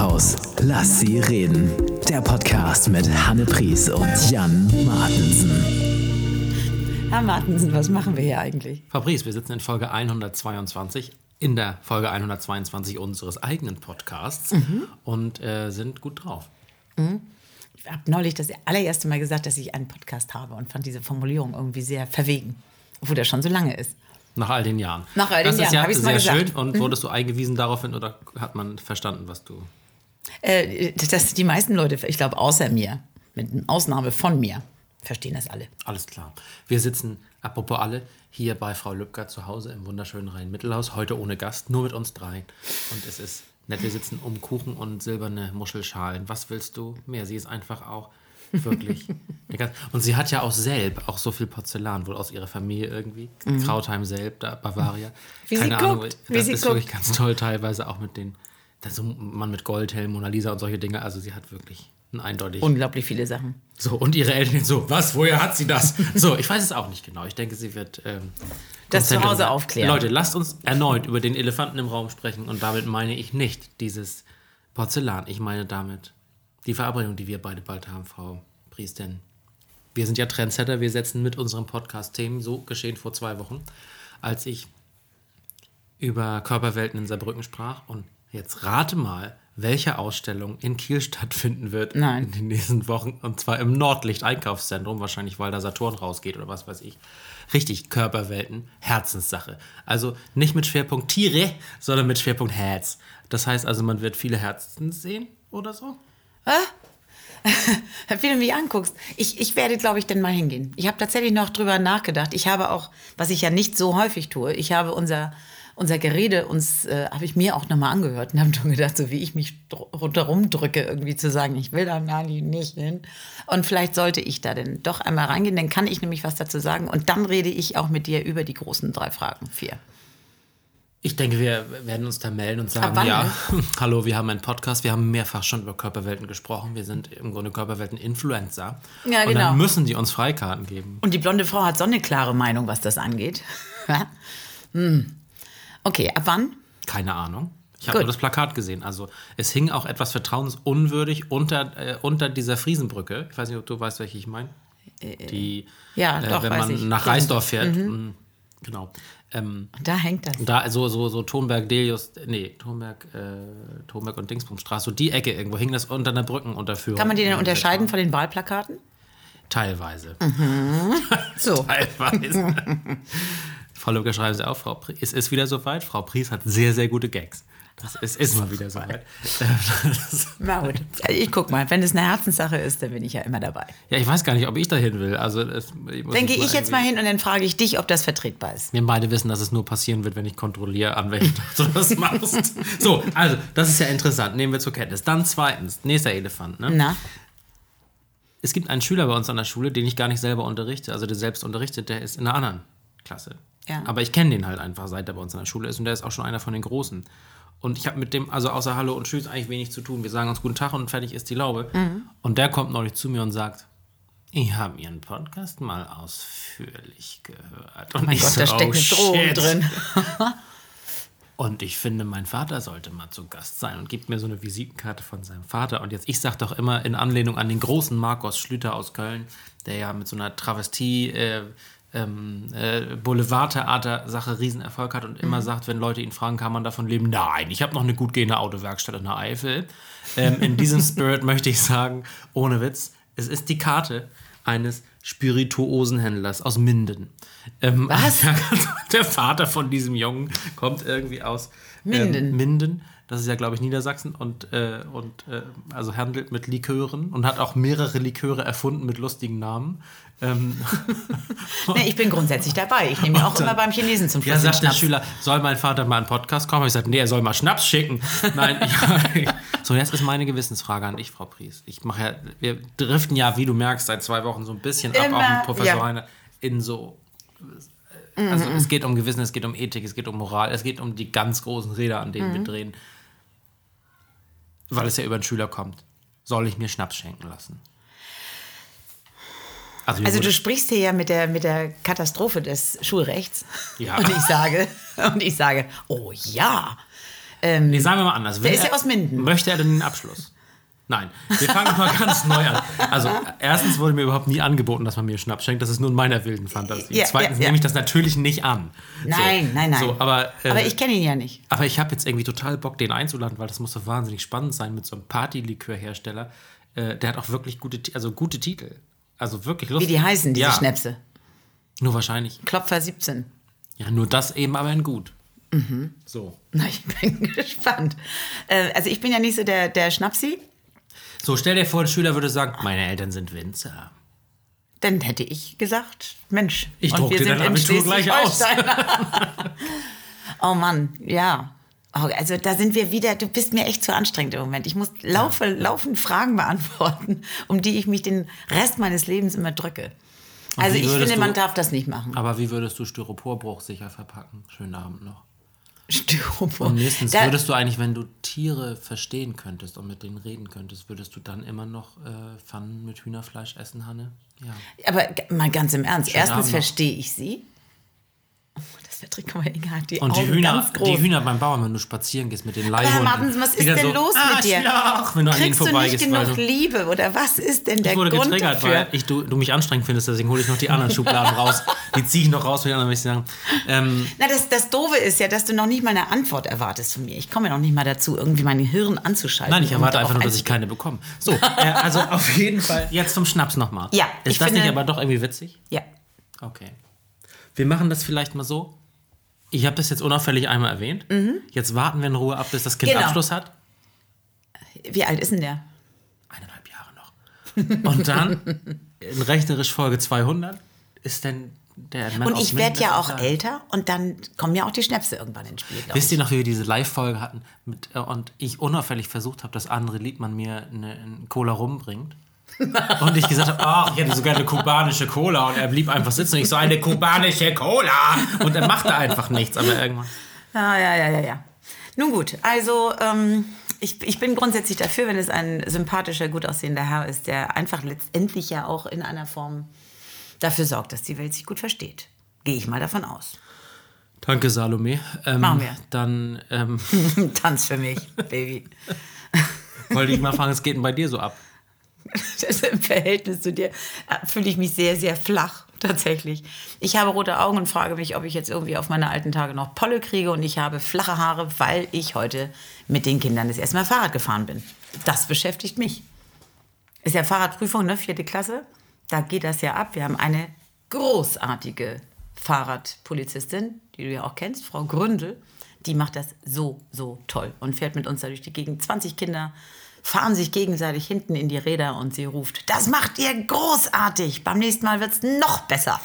Mittelhaus. Lass sie reden. Der Podcast mit Hanne Pries und Jan Martensen. Herr Martensen, was machen wir hier eigentlich? Frau Pries, wir sitzen in Folge 122, in der Folge 122 unseres eigenen Podcasts und sind gut drauf. Ich habe neulich das allererste Mal gesagt, dass ich einen Podcast habe und fand diese Formulierung irgendwie sehr verwegen, obwohl der schon so lange ist. Nach all den Jahren. Nach all den Jahren, habe ich es mal gesagt. Das ist sehr schön. Und wurdest du eingewiesen daraufhin oder hat man verstanden, was du... Dass die meisten Leute, ich glaube außer mir, mit Ausnahme von mir, verstehen das alle. Alles klar. Wir sitzen, apropos alle, hier bei Frau Lübcker zu Hause im wunderschönen Rhein-Mittelhaus. Heute ohne Gast, nur mit uns dreien. Und es ist nett, wir sitzen um Kuchen und silberne Muschelschalen. Was willst du mehr? Sie ist einfach auch wirklich... Und sie hat ja auch Selb, auch so viel Porzellan, wohl aus ihrer Familie irgendwie. Krautheim Selb, da Bavaria. Keine Ahnung, das ist wirklich ganz toll, teilweise auch mit den... Das Mann mit Goldhelm, Mona Lisa und solche Dinge. Also sie hat wirklich ein eindeutig... Unglaublich viele Sachen. So, und ihre Eltern so, was, woher hat sie das? So, ich weiß es auch nicht genau. Ich denke, sie wird... das zu Hause aufklären. Leute, lasst uns erneut über den Elefanten im Raum sprechen. Und damit meine ich nicht dieses Porzellan. Ich meine damit die Verabredung, die wir beide bald haben, Frau Pries. Denn wir sind ja Trendsetter. Wir setzen mit unserem Podcast Themen. So geschehen vor 2 Wochen, als ich über Körperwelten in Saarbrücken sprach. Und jetzt rate mal, welche Ausstellung in Kiel stattfinden wird in den nächsten Wochen. Und zwar im Nordlicht-Einkaufszentrum, wahrscheinlich, weil da Saturn rausgeht oder was weiß ich. Richtig, Körperwelten, Herzenssache. Also nicht mit Schwerpunkt Tiere, sondern mit Schwerpunkt Herz. Das heißt also, man wird viele Herzen sehen oder so? Wie du mich anguckst. Ich werde, glaube ich, dann mal hingehen. Ich habe tatsächlich noch drüber nachgedacht. Ich habe auch, was ich ja nicht so häufig tue, ich habe unser Gerede habe ich mir auch nochmal angehört und habe schon gedacht, so wie ich mich rundherum drücke, irgendwie zu sagen, ich will da nicht hin. Und vielleicht sollte ich da denn doch einmal reingehen, dann kann ich nämlich was dazu sagen. Und dann rede ich auch mit dir über die großen 3 Fragen, 4. Ich denke, wir werden uns da melden und sagen, ja, hallo, wir haben einen Podcast, wir haben mehrfach schon über Körperwelten gesprochen, wir sind im Grunde Körperwelten-Influencer. Ja, genau. Und dann müssen die uns Freikarten geben. Und die blonde Frau hat so eine klare Meinung, was das angeht. Okay, ab wann? Keine Ahnung. Ich habe nur das Plakat gesehen. Also es hing auch etwas vertrauensunwürdig unter dieser Friesenbrücke. Ich weiß nicht, ob du weißt, welche ich meine. Doch, wenn weiß man ich. nach Reisdorf fährt. Genau. Da hängt das. Da so Thonberg-Delius, Thonberg und Dingsbumstraße, so die Ecke irgendwo, hing das unter einer Brückenunterführung. Kann man die denn unterscheiden von den Wahlplakaten? Teilweise. So. Teilweise. Frau Lübcker, schreiben Sie auf, Frau Pries. Es ist wieder soweit. Frau Pries hat sehr, sehr gute Gags. Es ist mal wieder soweit. Na gut. Ich guck mal, wenn es eine Herzenssache ist, dann bin ich ja immer dabei. Ja, ich weiß gar nicht, ob ich dahin will. Also, dann gehe ich jetzt mal hin und dann frage ich dich, ob das vertretbar ist. Wir beide wissen, dass es nur passieren wird, wenn ich kontrolliere, an welchem Tag du das machst. So, also, das ist ja interessant. Nehmen wir zur Kenntnis. Dann zweitens, nächster Elefant. Ne? Na? Es gibt einen Schüler bei uns an der Schule, den ich gar nicht selber unterrichte, also der selbst unterrichtet, der ist in einer anderen Klasse. Ja. Aber ich kenne den halt einfach, seit er bei uns an der Schule ist und der ist auch schon einer von den Großen. Und ich habe mit dem, also außer Hallo und Tschüss, eigentlich wenig zu tun. Wir sagen uns guten Tag und fertig ist die Laube. Und der kommt neulich zu mir und sagt, ich habe Ihren Podcast mal ausführlich gehört. Und mein Gott, da steckt eine Drohung drin. Und ich finde, mein Vater sollte mal zu Gast sein und gibt mir so eine Visitenkarte von seinem Vater. Und jetzt, ich sage doch immer in Anlehnung an den großen Markus Schlüter aus Köln, der ja mit so einer Travestie Boulevardtheater-Sache Riesenerfolg hat und immer sagt, wenn Leute ihn fragen, kann man davon leben? Nein, ich habe noch eine gut gehende Autowerkstatt in der Eifel. In diesem Spirit möchte ich sagen, ohne Witz, es ist die Karte eines Spirituosenhändlers aus Minden. Was? Der Vater von diesem Jungen kommt irgendwie aus Minden. Das ist ja, glaube ich, Niedersachsen und also handelt mit Likören und hat auch mehrere Liköre erfunden mit lustigen Namen. Ich bin grundsätzlich dabei. Ich nehme auch immer beim Chinesen zum Schluss. Ja, sagt der Schüler, soll mein Vater mal einen Podcast kommen? Ich sage, nee, er soll mal Schnaps schicken. Nein, so, jetzt ist meine Gewissensfrage an dich, Frau Pries. Wir driften ja, wie du merkst, seit 2 Wochen so ein bisschen ab auf den Professor Heine in so... Also es geht um Gewissen, es geht um Ethik, es geht um Moral, es geht um die ganz großen Räder, an denen wir drehen. Weil es ja über den Schüler kommt. Soll ich mir Schnaps schenken lassen? Also du sprichst hier ja mit der Katastrophe des Schulrechts. Ja. Und ich sage, oh ja, Nee, sagen wir mal anders. Der ist ja aus Minden. Möchte er denn den Abschluss? Nein, wir fangen mal ganz neu an. Also, erstens wurde mir überhaupt nie angeboten, dass man mir Schnaps schenkt. Das ist nur in meiner wilden Fantasie. Ja, Zweitens nehme ich das natürlich nicht an. Nein. So, aber ich kenne ihn ja nicht. Aber ich habe jetzt irgendwie total Bock, den einzuladen, weil das muss so wahnsinnig spannend sein mit so einem Party-Likör-Hersteller. Der hat auch wirklich gute Titel. Also wirklich lustig. Wie die heißen, diese Schnäpse? Nur wahrscheinlich. Klopfer 17. Ja, nur das eben aber in gut. So. Na, ich bin gespannt. Also ich bin ja nicht so der Schnapsi. So, stell dir vor, ein Schüler würde sagen, meine Eltern sind Winzer. Dann hätte ich gesagt, Mensch. Ich druck dir dein Abitur gleich aus. Oh Mann, ja. Oh, also da sind wir wieder, du bist mir echt zu anstrengend im Moment. Ich muss laufend Fragen beantworten, um die ich mich den Rest meines Lebens immer drücke. Also ich finde, man darf das nicht machen. Aber wie würdest du Styroporbruch sicher verpacken? Schönen Abend noch. Styropor. Und nächstens würdest du eigentlich, wenn du Tiere verstehen könntest und mit denen reden könntest, würdest du dann immer noch Pfannen mit Hühnerfleisch essen, Hanne? Ja. Aber mal ganz im Ernst. Schönen Erstens Abend noch. verstehe ich sie. Oh, das wäre Trick, guck mal, Inga hat die Und Augen ganz groß. die Hühner beim Bauern, wenn du spazieren gehst mit den Aber Leihhunden. Martin, was ist wieder denn so, los mit dir? Arschloch, wenn du an ihnen Kriegst du nicht vorbeigehst. genug weil du- Liebe oder was ist denn der Ich wurde Grund getriggert, dafür? weil du mich anstrengend findest, deswegen hole ich noch die anderen Schubladen raus. Die ziehe ich noch raus, wenn die anderen sagen. Na, das Doofe ist ja, dass du noch nicht mal eine Antwort erwartest von mir. Ich komme ja noch nicht mal dazu, irgendwie mein Hirn anzuschalten. Nein, ich um erwarte darauf einfach nur, dass ich keine bekomme. So, also auf jeden Fall. Jetzt zum Schnaps nochmal. Ja, Ist ich das finde- nicht aber doch irgendwie witzig? Ja. Okay. Wir machen das vielleicht mal so. Ich habe das jetzt unauffällig einmal erwähnt. Jetzt warten wir in Ruhe ab, bis das Kind Genau. Abschluss hat. Wie alt ist denn der? 1,5 Jahre noch. Und dann, in rechnerisch Folge 200, ist denn der Mann Und aus ich werde Minden ja auch da. älter und dann kommen ja auch die Schnäpse irgendwann ins Spiel. glaub Wisst ich. ihr noch, wie wir diese Live-Folge hatten und ich unauffällig versucht habe, dass andere Liedmann mir eine Cola rumbringt? Und ich gesagt habe, ach, ich hätte sogar eine kubanische Cola. Und er blieb einfach sitzen und ich so, eine kubanische Cola. Und er machte einfach nichts, aber irgendwann. Ja. Nun gut, also ich bin grundsätzlich dafür, wenn es ein sympathischer, gut aussehender Herr ist, der einfach letztendlich ja auch in einer Form dafür sorgt, dass die Welt sich gut versteht. Gehe ich mal davon aus. Danke, Salome. Machen wir. Dann Tanz für mich, Baby. wollte ich mal fragen, es geht denn bei dir so ab? Das Im Verhältnis zu dir fühle ich mich sehr, sehr flach, tatsächlich. Ich habe rote Augen und frage mich, ob ich jetzt irgendwie auf meine alten Tage noch Polle kriege. Und ich habe flache Haare, weil ich heute mit den Kindern das erste Mal Fahrrad gefahren bin. Das beschäftigt mich. Ist ja Fahrradprüfung, ne? 4. Klasse. Da geht das ja ab. Wir haben eine großartige Fahrradpolizistin, die du ja auch kennst, Frau Gründel. Die macht das so, so toll und fährt mit uns da durch die Gegend. 20 Kinder fahren sich gegenseitig hinten in die Räder und sie ruft, das macht ihr großartig, beim nächsten Mal wird es noch besser.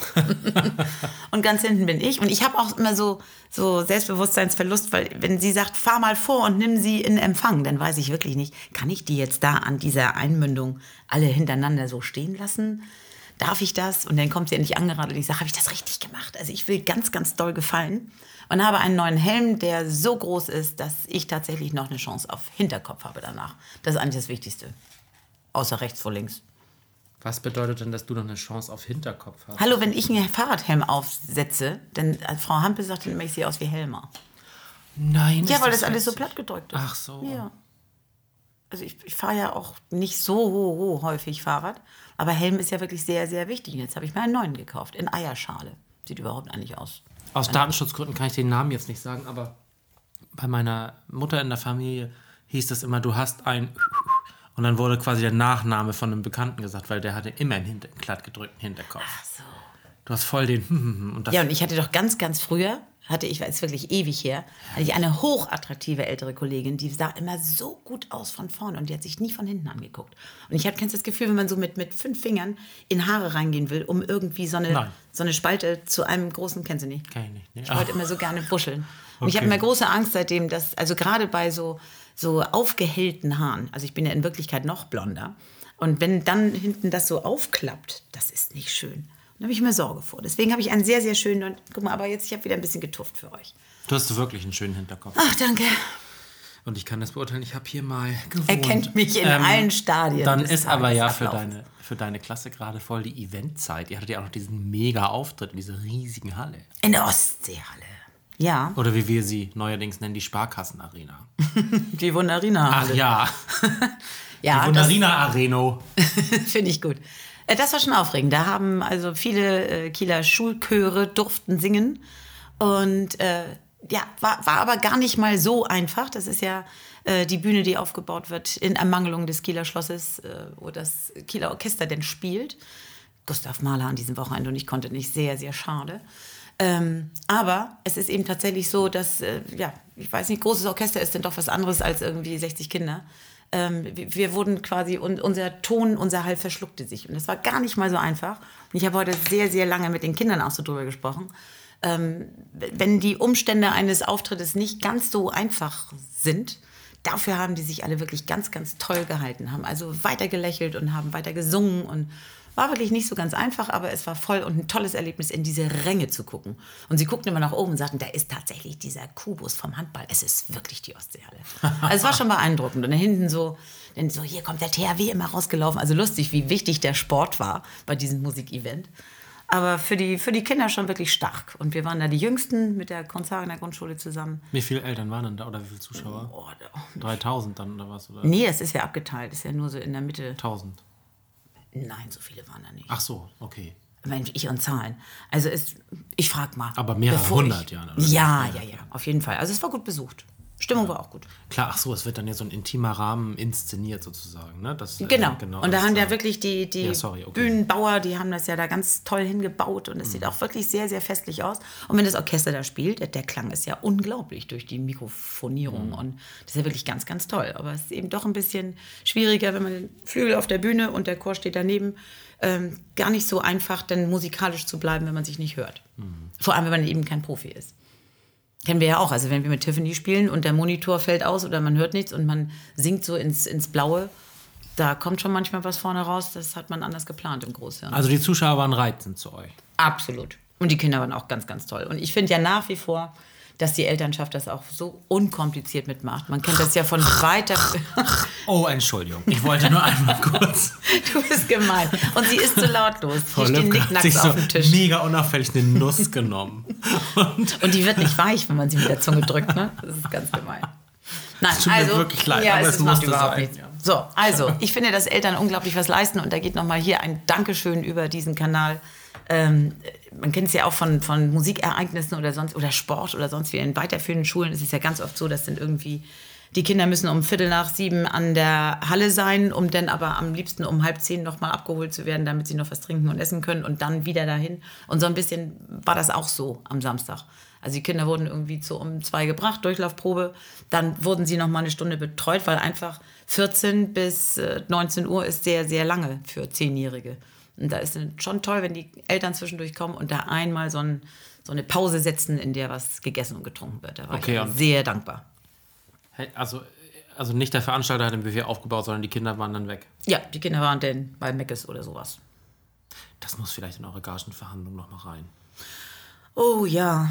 Und ganz hinten bin ich und ich habe auch immer so Selbstbewusstseinsverlust, weil wenn sie sagt, fahr mal vor und nimm sie in Empfang, dann weiß ich wirklich nicht, kann ich die jetzt da an dieser Einmündung alle hintereinander so stehen lassen? Darf ich das? Und dann kommt sie endlich angeradelt und ich sage, habe ich das richtig gemacht? Also ich will ganz, ganz doll gefallen und habe einen neuen Helm, der so groß ist, dass ich tatsächlich noch eine Chance auf Hinterkopf habe danach. Das ist eigentlich das Wichtigste. Außer rechts vor links. Was bedeutet denn, dass du noch eine Chance auf Hinterkopf hast? Hallo, wenn ich einen Fahrradhelm aufsetze, dann Frau Hampel sagt dann immer, ich sehe aus wie Helmer. Nein. Ja, ist weil das alles so witzig? platt gedrückt ist. Ach so. Ja. Also ich fahre ja auch nicht so häufig Fahrrad, aber Helm ist ja wirklich sehr, sehr wichtig. Und jetzt habe ich mir einen neuen gekauft, in Eierschale. Sieht überhaupt nicht aus. Aus Datenschutzgründen kann ich den Namen jetzt nicht sagen, aber bei meiner Mutter in der Familie hieß das immer, du hast ein und dann wurde quasi der Nachname von einem Bekannten gesagt, weil der hatte immer einen glatt gedrückten Hinterkopf. Ach so. Du hast voll den und das Ja, und ich hatte doch ganz, ganz früher, ist wirklich ewig her, hatte ich eine hochattraktive ältere Kollegin, die sah immer so gut aus von vorne und die hat sich nie von hinten angeguckt. Und ich kennst du das Gefühl, wenn man so mit 5 Fingern in Haare reingehen will, um irgendwie so eine Spalte zu einem großen, kennst du nicht? Kenn ich nicht. Ne? Ich wollte immer so gerne wuscheln. Und ich Okay. habe immer große Angst seitdem, dass, also gerade bei so aufgehellten Haaren, also ich bin ja in Wirklichkeit noch blonder, und wenn dann hinten das so aufklappt, das ist nicht schön. Da habe ich immer Sorge vor. Deswegen habe ich einen sehr, sehr schönen, und guck mal, aber jetzt, ich habe wieder ein bisschen getufft für euch. Du hast wirklich einen schönen Hinterkopf. Ach, danke. Und ich kann das beurteilen, ich habe hier mal gewohnt. Er kennt mich in allen Stadien. Dann des ist aber ja für Tagesablaufs. deine Klasse gerade voll die Eventzeit. Ihr hattet ja auch noch diesen mega Auftritt in dieser riesigen Halle. In der Ostseehalle. Ja, Oder wie wir sie neuerdings nennen, die Sparkassenarena. die Wunderina. Ach ja, Ja, die Wunderina Areno. Finde ich gut. Das war schon aufregend. Da haben also viele Kieler Schulchöre durften singen. Und war aber gar nicht mal so einfach. Das ist ja die Bühne, die aufgebaut wird in Ermangelung des Kieler Schlosses, wo das Kieler Orchester denn spielt. Gustav Mahler an diesem Wochenende und ich konnte nicht. Sehr, sehr schade. Aber es ist eben tatsächlich so, dass, ich weiß nicht, großes Orchester ist denn doch was anderes als irgendwie 60 Kinder. Wir wurden quasi, und unser Hall verschluckte sich. Und das war gar nicht mal so einfach. Und ich habe heute sehr, sehr lange mit den Kindern auch so drüber gesprochen. Wenn die Umstände eines Auftrittes nicht ganz so einfach sind, dafür haben die sich alle wirklich ganz, ganz toll gehalten, haben also weiter gelächelt und haben weiter gesungen und war wirklich nicht so ganz einfach, aber es war voll und ein tolles Erlebnis, in diese Ränge zu gucken. Und sie guckten immer nach oben und sagten, da ist tatsächlich dieser Kubus vom Handball. Es ist wirklich die Ostseehalle. Also es war schon beeindruckend. Und dann hinten so, hier kommt der THW immer rausgelaufen. Also lustig, wie wichtig der Sport war bei diesem Musikevent. Aber für die Kinder schon wirklich stark. Und wir waren da die Jüngsten mit der Konzhagener Grundschule zusammen. Wie viele Eltern waren denn da oder wie viele Zuschauer? 3000 dann oder was? Oder? Nee, es ist ja abgeteilt. Es ist ja nur so in der Mitte. 1000. Nein, so viele waren da nicht. Ach so, okay. Mensch, ich und Zahlen. Also ich frage mal. Aber mehrere hundert, ja. Ja, auf jeden Fall. Also es war gut besucht. Stimmung war auch gut. Klar, ach so, es wird dann ja so ein intimer Rahmen inszeniert sozusagen, ne? Das, Genau. Und da haben ja wirklich die Bühnenbauer, die haben das ja da ganz toll hingebaut und es sieht auch wirklich sehr, sehr festlich aus. Und wenn das Orchester da spielt, der Klang ist ja unglaublich durch die Mikrofonierung und das ist ja wirklich ganz, ganz toll. Aber es ist eben doch ein bisschen schwieriger, wenn man den Flügel auf der Bühne und der Chor steht daneben. Gar nicht so einfach, denn musikalisch zu bleiben, wenn man sich nicht hört. Vor allem, wenn man eben kein Profi ist. Kennen wir ja auch. Also wenn wir mit Tiffany spielen und der Monitor fällt aus oder man hört nichts und man singt so ins Blaue, da kommt schon manchmal was vorne raus, das hat man anders geplant im Großhirn. Also die Zuschauer waren reizend zu euch? Absolut. Und die Kinder waren auch ganz, ganz toll. Und ich finde ja nach wie vor, dass die Elternschaft das auch so unkompliziert mitmacht. Man kennt das ja von weiter... Oh, Entschuldigung. Ich wollte nur einmal kurz... Du bist gemein. Und sie ist so lautlos. Hier stehen Nicknacks auf dem Tisch. Mega unauffällig eine Nuss genommen. Und die wird nicht weich, wenn man sie mit der Zunge drückt, ne? Das ist ganz gemein. Nein, tut mir wirklich leid, ja, aber es musste überhaupt sein. nichts. So, also, ich finde, dass Eltern unglaublich was leisten und da geht nochmal hier ein Dankeschön über diesen Kanal. Man kennt es ja auch von Musikereignissen oder Sport oder sonst wie. In weiterführenden Schulen ist es ja ganz oft so, dass dann irgendwie die Kinder müssen um 6:45 an der Halle sein, um dann aber am liebsten um 9:30 nochmal abgeholt zu werden, damit sie noch was trinken und essen können und dann wieder dahin. Und so ein bisschen war das auch so am Samstag. Also die Kinder wurden irgendwie um 2 gebracht, Durchlaufprobe. Dann wurden sie nochmal eine Stunde betreut, weil einfach 14 bis 19 Uhr ist sehr, sehr lange für 10-Jährige. Und da ist es schon toll, wenn die Eltern zwischendurch kommen und da einmal so eine Pause setzen, in der was gegessen und getrunken wird. Da war ich sehr dankbar. Hey, also nicht der Veranstalter hat den Buffet aufgebaut, sondern die Kinder waren dann weg? Ja, die Kinder waren dann bei Meckes oder sowas. Das muss vielleicht in eure Gagenverhandlung noch mal rein. Oh ja.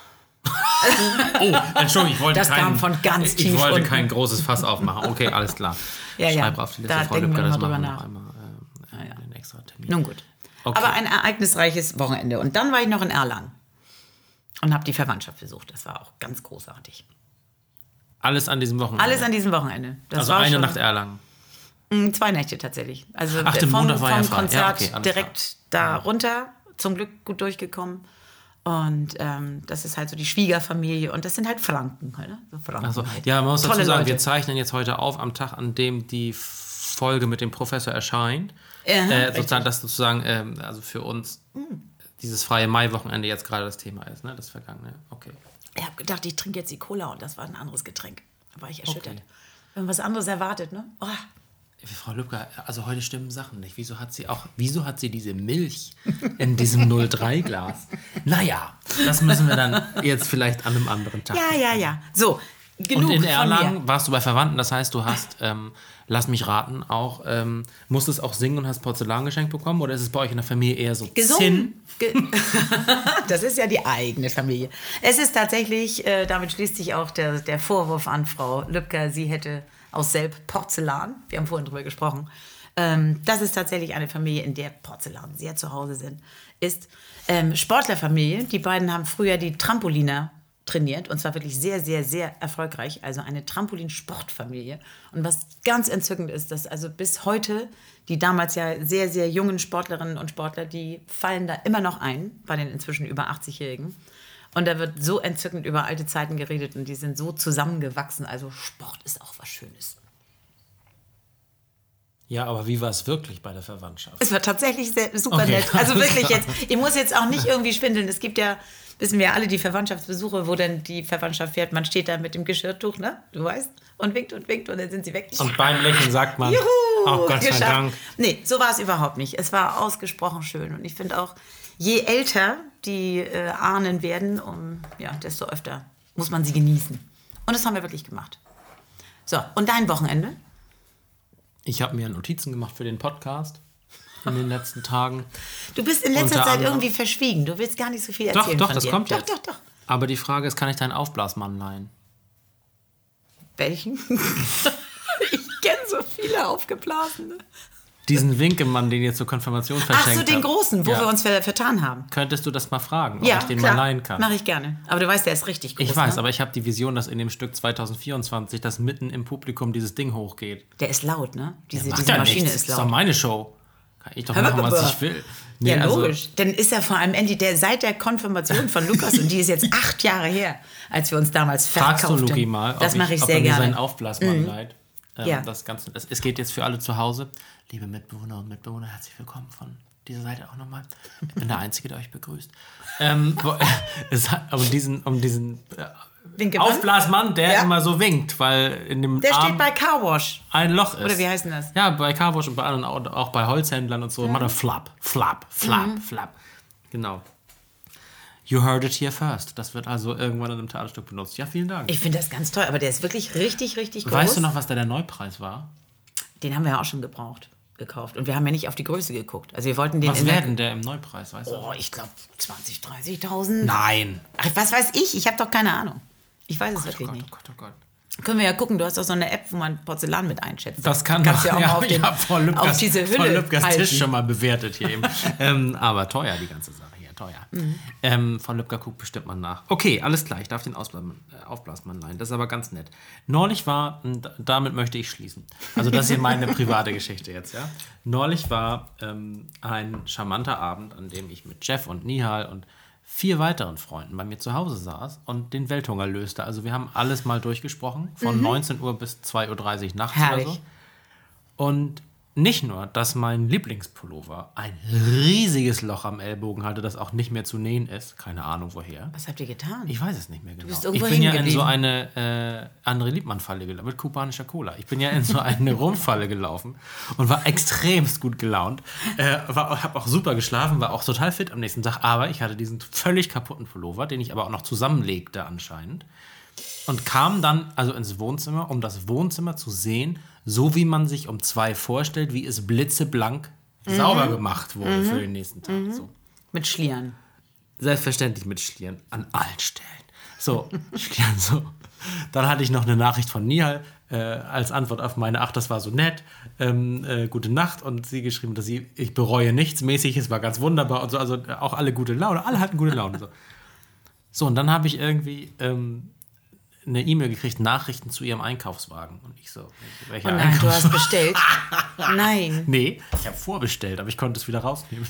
Oh, Entschuldigung, das kam von ganz tief Ich wollte unten. kein großes Fass aufmachen. Okay, alles klar. Schreib auf die Liste. Da Frau denken Lübcker, wir das mal drüber machen wir nach. noch einmal einen extra Termin. Nun gut. Okay. Aber ein ereignisreiches Wochenende. Und dann war ich noch in Erlangen und habe die Verwandtschaft besucht. Das war auch ganz großartig. Alles an diesem Wochenende? Alles an diesem Wochenende. Das also war eine schon, Nacht Erlangen? 2 Nächte tatsächlich. Also Ach, der Montag war ja frei. Konzert Ja, okay, direkt da runter. Zum Glück gut durchgekommen. Und das ist halt so die Schwiegerfamilie. Und das sind halt Franken. Ne? So Franken Also, halt. ja, man muss dazu Tolle sagen, Leute. wir zeichnen jetzt heute auf, am Tag, an dem die Folge mit dem Professor erscheint. Sozusagen, also für uns dieses freie Mai-Wochenende jetzt gerade das Thema ist, ne? Das Vergangene. Okay. Ich habe gedacht, ich trinke jetzt die Cola und das war ein anderes Getränk. Da war ich erschüttert. Okay. Wenn man was anderes erwartet, ne? Oh. Frau Lübcker, also heute stimmen Sachen nicht. Wieso hat sie diese Milch in diesem 03-Glas? Naja, das müssen wir dann jetzt vielleicht an einem anderen Tag. Ja. So, genug Und in von Erlangen mir. warst du bei Verwandten, das heißt, du hast, lass mich raten, auch, musstest auch singen und hast Porzellan geschenkt bekommen? Oder ist es bei euch in der Familie eher so Gesungen. Das ist ja die eigene Familie. Es ist tatsächlich, damit schließt sich auch der Vorwurf an Frau Lübcker, sie hätte aus Selb Porzellan, wir haben vorhin drüber gesprochen, das ist tatsächlich eine Familie, in der Porzellan sehr zu Hause ist. Sportlerfamilie, die beiden haben früher die Trampoliner trainiert und zwar wirklich sehr, sehr, sehr erfolgreich. Also eine Trampolinsportfamilie. Und was ganz entzückend ist, dass also bis heute die damals ja sehr, sehr jungen Sportlerinnen und Sportler, die fallen da immer noch ein, bei den inzwischen über 80-Jährigen. Und da wird so entzückend über alte Zeiten geredet und die sind so zusammengewachsen. Also Sport ist auch was Schönes. Ja, aber wie war es wirklich bei der Verwandtschaft? Es war tatsächlich super Okay, nett. Also alles wirklich klar. jetzt, ich muss jetzt auch nicht irgendwie schwindeln. Es gibt ja, wissen wir alle, die Verwandtschaftsbesuche, wo dann die Verwandtschaft fährt. Man steht da mit dem Geschirrtuch, ne? Du weißt, und winkt und dann sind sie weg. Und beim Lächeln sagt man, Juhu, oh Gott sei geschafft. Dank. Nee, so war es überhaupt nicht. Es war ausgesprochen schön. Und ich finde auch, je älter die Ahnen werden, desto öfter muss man sie genießen. Und das haben wir wirklich gemacht. So, und dein Wochenende? Ich habe mir Notizen gemacht für den Podcast in den letzten Tagen. Du bist in letzter Unter Zeit anderem- irgendwie verschwiegen. Du willst gar nicht so viel Doch, erzählen doch, von das dir. kommt Doch, jetzt. doch. Aber die Frage ist, kann ich deinen Aufblasmann leihen? Welchen? Ich kenne so viele aufgeblasene. Diesen Winkemann, den ihr zur Konfirmation verschenkt Ach so, den habt. großen, wo Ja. wir uns vertan haben. Könntest du das mal fragen, ob Ja, ich den klar. mal leihen kann? Mache ich gerne. Aber du weißt, der ist richtig groß. Ich weiß, ne? aber ich habe die Vision, dass in dem Stück 2024, dass mitten im Publikum dieses Ding hochgeht. Der ist laut, ne? Diese Macht ja Maschine nichts. ist Das ist doch laut. meine Show. Kann ich doch machen, was ich will. Nee, Ja, also- logisch. Dann ist er vor allem Andy, der seit der Konfirmation von Lukas, und die ist jetzt 8 Jahre her, als wir uns damals Fragst du verkauften. Luki mal, Das mache ich ob sehr er mir gerne. seinen Aufblasmann leiht. Ja. Es geht jetzt für alle zu Hause. Liebe Mitbewohner und Mitbewohner, herzlich willkommen von dieser Seite auch nochmal. Ich bin der Einzige, der euch begrüßt. Es hat um diesen Winkemann? Aufblasmann, der Ja. immer so winkt, weil in dem Der Arm steht bei Carwash. ein Loch ist. Oder wie heißt denn das? Ja, bei Carwash und bei anderen, auch bei Holzhändlern und so, macht er flap. Genau. You heard it here first. Das wird also irgendwann in einem Theaterstück benutzt. Ja, vielen Dank. Ich finde das ganz toll, aber der ist wirklich richtig, richtig groß. Weißt du noch, was da der Neupreis war? Den haben wir ja auch schon gekauft. Und wir haben ja nicht auf die Größe geguckt. Also wir wollten den Was wäre denn der im Neupreis, weißt du? Oh, ich glaube 20.000, 30.000. Nein. Ach, was weiß ich? Ich habe doch keine Ahnung. Ich weiß es wirklich nicht. Oh Gott. Können wir ja gucken. Du hast doch so eine App, wo man Porzellan mit einschätzt. Das kann Kannst doch. ja auch mal auf, den, ich habe Frau Lübkers, auf diese Frau Hülle Lübkers halten. Tisch schon mal bewertet hier eben. Aber teuer, die ganze Sache hier. Teuer. Frau Lübker guckt bestimmt mal nach. Okay, alles klar. Ich darf den Aufblasmann leihen. Das ist aber ganz nett. Neulich war, damit möchte ich schließen. Also das ist hier meine private Geschichte jetzt, ja. Neulich war ein charmanter Abend, an dem ich mit Jeff und Nihal und 4 weiteren Freunden bei mir zu Hause saß und den Welthunger löste. Also wir haben alles mal durchgesprochen, von 19 Uhr bis 2.30 Uhr nachts Herrlich. oder so. Und nicht nur, dass mein Lieblingspullover ein riesiges Loch am Ellbogen hatte, das auch nicht mehr zu nähen ist. Keine Ahnung woher. Was habt ihr getan? Ich weiß es nicht mehr genau. bist Ich irgendwo bin ja in hängen so geblieben. eine André Liebmann-Falle gelaufen, mit kubanischer Cola. Ich bin ja in so eine Rumfalle gelaufen und war extremst gut gelaunt. Habe auch super geschlafen, war auch total fit am nächsten Tag. Aber ich hatte diesen völlig kaputten Pullover, den ich aber auch noch zusammenlegte anscheinend. Und kam dann also ins Wohnzimmer, um das Wohnzimmer zu sehen, so wie man sich um 2 vorstellt, wie es blitzeblank sauber gemacht wurde für den nächsten Tag. So. Mit Schlieren. Selbstverständlich mit Schlieren an allen Stellen. So, Schlieren so. Dann hatte ich noch eine Nachricht von Nihal als Antwort auf meine, ach, das war so nett, gute Nacht. Und sie geschrieben, dass ich bereue nichts mäßig, es war ganz wunderbar und so. Also auch alle gute Laune, alle hatten gute Laune. So, und dann habe ich irgendwie eine E-Mail gekriegt, Nachrichten zu ihrem Einkaufswagen. Und ich so, welcher Oh nein, du Einkaufswagen? hast bestellt. Nein. Nee, ich habe vorbestellt, aber ich konnte es wieder rausnehmen.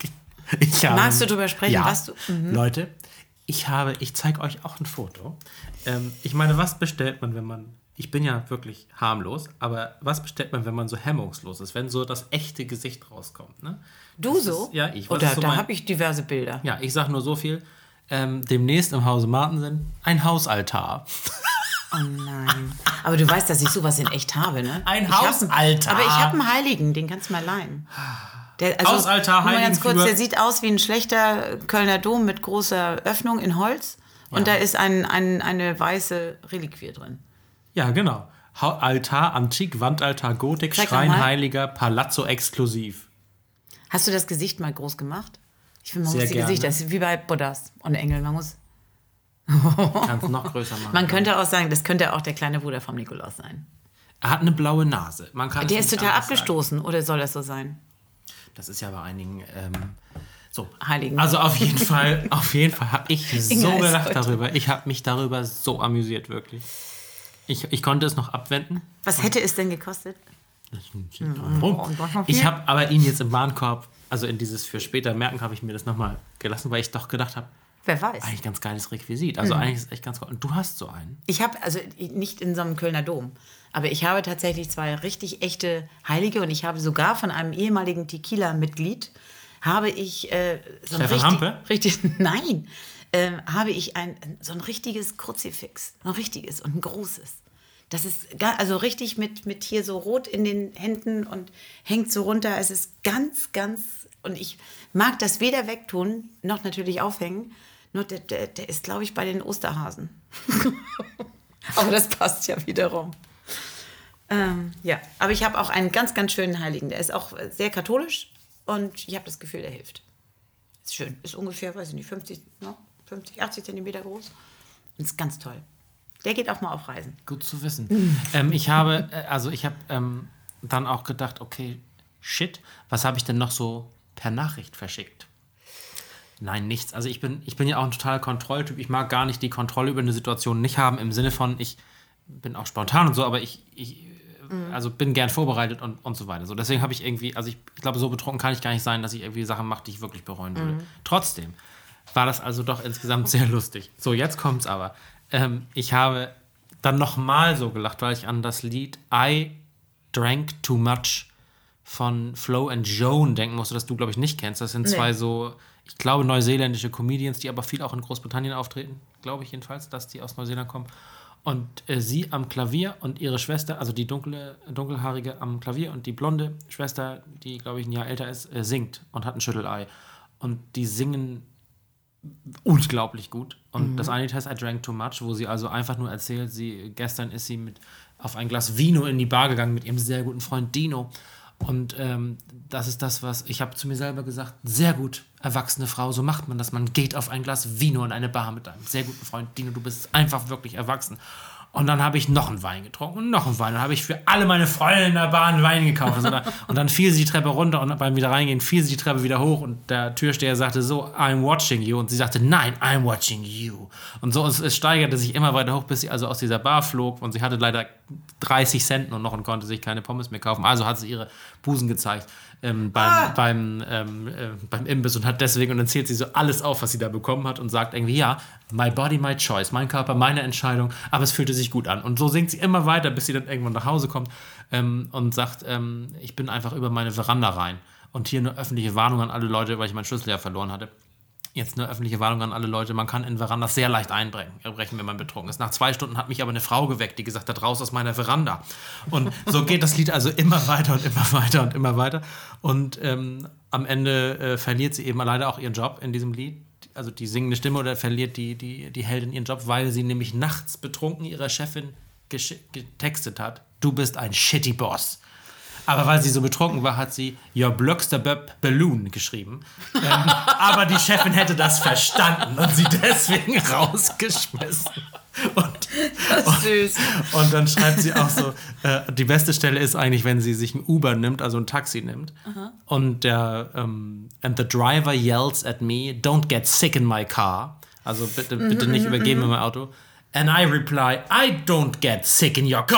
Magst du drüber sprechen, ja, was du... Leute, ich zeige euch auch ein Foto. Ich meine, was bestellt man, wenn man... Ich bin ja wirklich harmlos, aber was bestellt man, wenn man so hemmungslos ist, wenn so das echte Gesicht rauskommt, ne? Du so? Ja, ich. Oder da habe ich diverse Bilder. Ja, ich sag nur so viel. Demnächst im Hause Martensen ein Hausaltar. Oh nein. Aber du weißt, dass ich sowas in echt habe, ne? Ein Ich hab- Hausaltar. Aber ich habe einen Heiligen, den kannst du mal leihen. Hausaltar, nur mal ganz kurz, Heiligenfigur. der sieht aus wie ein schlechter Kölner Dom mit großer Öffnung in Holz. Und da ist eine weiße Reliquie drin. Ja, genau. Altar, Antik, Wandaltar, Gotik, Zeig doch Schrein mal. Heiliger, Palazzo exklusiv. Hast du das Gesicht mal groß gemacht? Ich finde, man Sehr muss die gerne. Gesichter, das ist wie bei Buddhas und Engeln. Man muss. Kannst es noch größer machen. Man könnte auch sagen, das könnte auch der kleine Bruder vom Nikolaus sein. Er hat eine blaue Nase. Man kann Der es ist nicht total anders abgestoßen, oder soll das so sein? Sagen. Das ist ja bei einigen So. Heiligen. Also auf jeden Fall habe ich so Inga ist gelacht heute. darüber. Ich habe mich darüber so amüsiert, wirklich. Ich konnte es noch abwenden. Was hätte es denn gekostet? Ich habe aber ihn jetzt im Warenkorb, also in dieses für später merken, habe ich mir das nochmal gelassen, weil ich doch gedacht habe, Wer weiß. eigentlich ganz geiles Requisit. Also eigentlich ist es echt ganz cool. Und du hast so einen. Ich habe, also nicht in so einem Kölner Dom, aber ich habe tatsächlich 2 richtig echte Heilige und ich habe sogar von einem ehemaligen Tequila-Mitglied, habe ich so ein Stefan Hampe? nein, habe ich so ein richtiges Kruzifix, ein richtiges und ein großes. Das ist also richtig mit hier so rot in den Händen und hängt so runter. Es ist ganz, ganz, und ich mag das weder wegtun, noch natürlich aufhängen. Nur der ist, glaube ich, bei den Osterhasen. Aber das passt ja wiederum. Ja, aber ich habe auch einen ganz, ganz schönen Heiligen. Der ist auch sehr katholisch und ich habe das Gefühl, der hilft. Ist schön. Ist ungefähr, weiß ich nicht, 50, 80 Zentimeter groß. Und ist ganz toll. Der geht auch mal auf Reisen. Gut zu wissen. Ich habe dann auch gedacht, okay, shit, was habe ich denn noch so per Nachricht verschickt? Nein, nichts. Also ich bin ja auch ein totaler Kontrolltyp. Ich mag gar nicht die Kontrolle über eine Situation nicht haben, im Sinne von, ich bin auch spontan und so, aber ich bin gern vorbereitet und so weiter. So, deswegen habe ich irgendwie, also ich glaube, so betrunken kann ich gar nicht sein, dass ich irgendwie Sachen mache, die ich wirklich bereuen würde. Trotzdem war das also doch insgesamt sehr lustig. So, jetzt kommt's aber. Ich habe dann nochmal so gelacht, weil ich an das Lied I Drank Too Much von Flo and Joan denken musste, das du, glaube ich, nicht kennst. Das sind 2 so, ich glaube, neuseeländische Comedians, die aber viel auch in Großbritannien auftreten, glaube ich jedenfalls, dass die aus Neuseeland kommen. Und sie am Klavier und ihre Schwester, also die dunkelhaarige am Klavier und die blonde Schwester, die, glaube ich, ein Jahr älter ist, singt und hat ein Schüttelei. Und die singen unglaublich gut. Und das eine Lied heißt I Drank Too Much, wo sie also einfach nur erzählt, gestern ist sie auf ein Glas Vino in die Bar gegangen mit ihrem sehr guten Freund Dino. Und das ist das, was ich habe zu mir selber gesagt, sehr gut, erwachsene Frau, so macht man das. Man geht auf ein Glas Vino in eine Bar mit einem sehr guten Freund Dino, du bist einfach wirklich erwachsen. Und dann habe ich noch einen Wein getrunken und noch einen Wein. Dann habe ich für alle meine Freunde in der Bar einen Wein gekauft. Und dann fiel sie die Treppe runter und beim Wiederreingehen fiel sie die Treppe wieder hoch und der Türsteher sagte so, I'm watching you. Und sie sagte, nein, I'm watching you. Und so, es steigerte sich immer weiter hoch, bis sie also aus dieser Bar flog. Und sie hatte leider 30 Cent nur noch und konnte sich keine Pommes mehr kaufen. Also hat sie ihre Busen gezeigt beim Imbiss und hat deswegen, und dann zählt sie so alles auf, was sie da bekommen hat und sagt irgendwie, ja, my body, my choice, mein Körper, meine Entscheidung, aber es fühlte sich gut an. Und so singt sie immer weiter, bis sie dann irgendwann nach Hause kommt und sagt, ich bin einfach über meine Veranda rein. Und hier eine öffentliche Warnung an alle Leute, weil ich meinen Schlüssel ja verloren hatte. Jetzt eine öffentliche Warnung an alle Leute, man kann in Verandas sehr leicht einbrechen, wenn man betrunken ist. Nach 2 Stunden hat mich aber eine Frau geweckt, die gesagt hat, raus aus meiner Veranda. Und so geht das Lied also immer weiter und immer weiter und immer weiter. Und am Ende verliert sie eben leider auch ihren Job in diesem Lied. Also die singende Stimme, oder verliert die Heldin ihren Job, weil sie nämlich nachts betrunken ihrer Chefin getextet hat, du bist ein shitty Boss. Aber weil sie so betrunken war, hat sie Your Blockster Balloon geschrieben. Aber die Chefin hätte das verstanden und sie deswegen rausgeschmissen. Süß. Und dann schreibt sie auch so, die beste Stelle ist eigentlich, wenn sie sich ein Uber nimmt, also ein Taxi nimmt. Und and the driver yells at me, don't get sick in my car. Also bitte nicht übergeben in mein Auto. And I reply, I don't get sick in your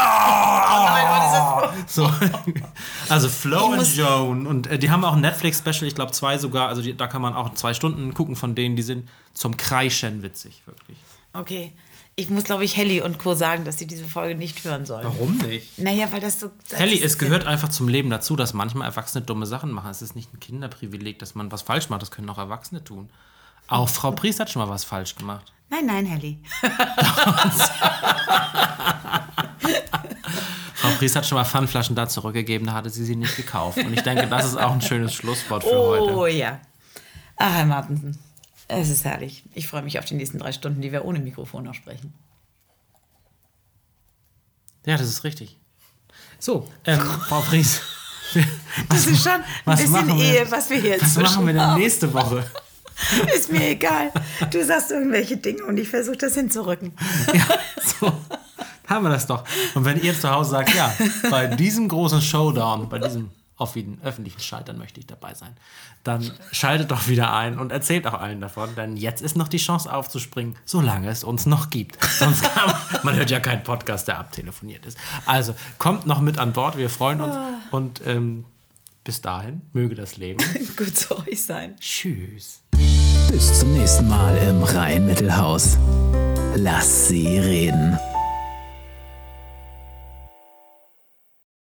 car. So. Also Flo und Joan. Und die haben auch ein Netflix-Special, ich glaube 2 sogar. Also da kann man auch 2 Stunden gucken von denen. Die sind zum Kreischen witzig, wirklich. Okay. Ich muss, glaube ich, Helly und Co. sagen, dass sie diese Folge nicht hören sollen. Warum nicht? Naja, weil das so... Helly, es gehört einfach zum Leben dazu, dass manchmal Erwachsene dumme Sachen machen. Es ist nicht ein Kinderprivileg, dass man was falsch macht. Das können auch Erwachsene tun. Auch Frau Priest hat schon mal was falsch gemacht. Nein, Helly. Frau Priest hat schon mal Pfandflaschen da zurückgegeben, da hatte sie nicht gekauft. Und ich denke, das ist auch ein schönes Schlusswort für heute. Oh ja. Ach, Herr Martensen, es ist herrlich. Ich freue mich auf die nächsten 3 Stunden, die wir ohne Mikrofon noch sprechen. Ja, das ist richtig. So, Frau Priest. Das ist schon ein bisschen Ehe, was wir hier jetzt Was machen wir denn nächste Woche? Ist mir egal. Du sagst irgendwelche Dinge und ich versuche das hinzurücken. Ja, so haben wir das doch. Und wenn ihr zu Hause sagt, ja, bei diesem großen Showdown, bei diesem auf den öffentlichen Scheitern möchte ich dabei sein, dann schaltet doch wieder ein und erzählt auch allen davon, denn jetzt ist noch die Chance aufzuspringen, solange es uns noch gibt. Sonst man hört ja keinen Podcast, der abtelefoniert ist. Also kommt noch mit an Bord, wir freuen uns und bis dahin möge das Leben gut zu euch sein. Tschüss. Bis zum nächsten Mal im Rhein-Mittelhaus. Lass sie reden.